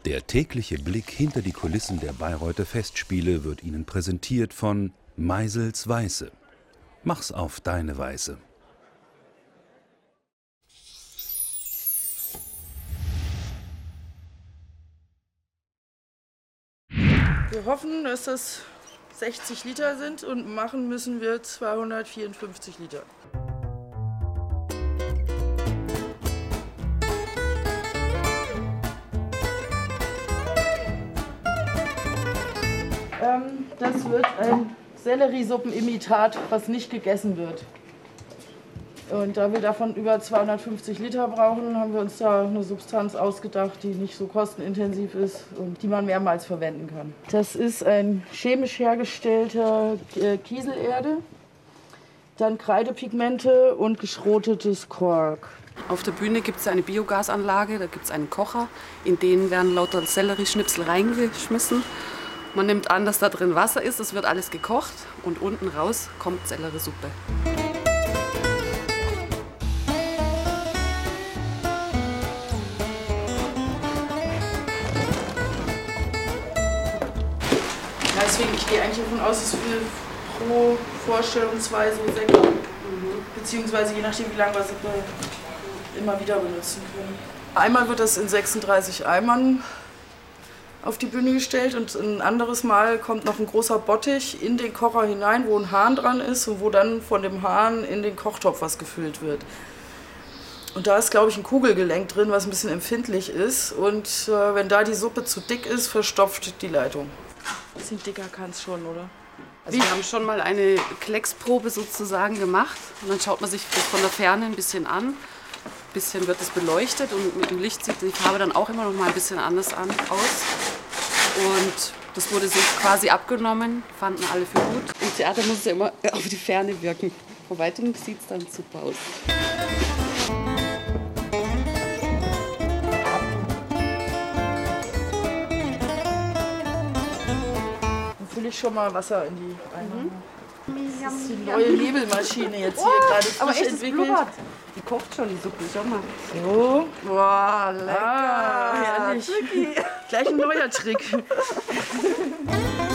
Der tägliche Blick hinter die Kulissen der Bayreuther Festspiele wird Ihnen präsentiert von Meisels Weiße. Mach's auf deine Weise. Wir hoffen, dass das 60 Liter sind und machen müssen wir 254 Liter. Das wird ein Selleriesuppenimitat, was nicht gegessen wird. Und da wir davon über 250 Liter brauchen, haben wir uns da eine Substanz ausgedacht, die nicht so kostenintensiv ist und die man mehrmals verwenden kann. Das ist ein chemisch hergestellter Kieselerde, dann Kreidepigmente und geschrotetes Kork. Auf der Bühne gibt es eine Biogasanlage, da gibt es einen Kocher, in den werden lauter Sellerieschnipsel reingeschmissen. Man nimmt an, dass da drin Wasser ist, es wird alles gekocht und unten raus kommt Selleriesuppe. Ja, deswegen, ich gehe eigentlich davon aus, dass wir pro Vorstellung 2 so Säcke, beziehungsweise je nachdem, wie lange wir Suppe immer wieder benutzen können. Einmal wird das in 36 Eimern auf die Bühne gestellt und ein anderes Mal kommt noch ein großer Bottich in den Kocher hinein, wo ein Hahn dran ist und wo dann von dem Hahn in den Kochtopf was gefüllt wird. Und da ist, glaube ich, ein Kugelgelenk drin, was ein bisschen empfindlich ist. Und wenn da die Suppe zu dick ist, verstopft die Leitung. Ein bisschen dicker kann es schon, oder? Also wir haben schon mal eine Klecksprobe sozusagen gemacht. Und dann schaut man sich das von der Ferne ein bisschen an. Ein bisschen wird es beleuchtet und mit dem Licht sieht die Farbe dann auch immer noch mal ein bisschen anders aus. Und das wurde so quasi abgenommen, fanden alle für gut. Im Theater muss es ja immer auf die Ferne wirken. Von weitem sieht es dann super aus. Dann fülle ich schon mal Wasser in die Eimer. Das ist die neue Nebelmaschine jetzt hier gerade frisch entwickelt. Die kocht schon, die Suppe, schau mal. So. Boah, lecker. Herrlich. Gleich ein neuer Trick.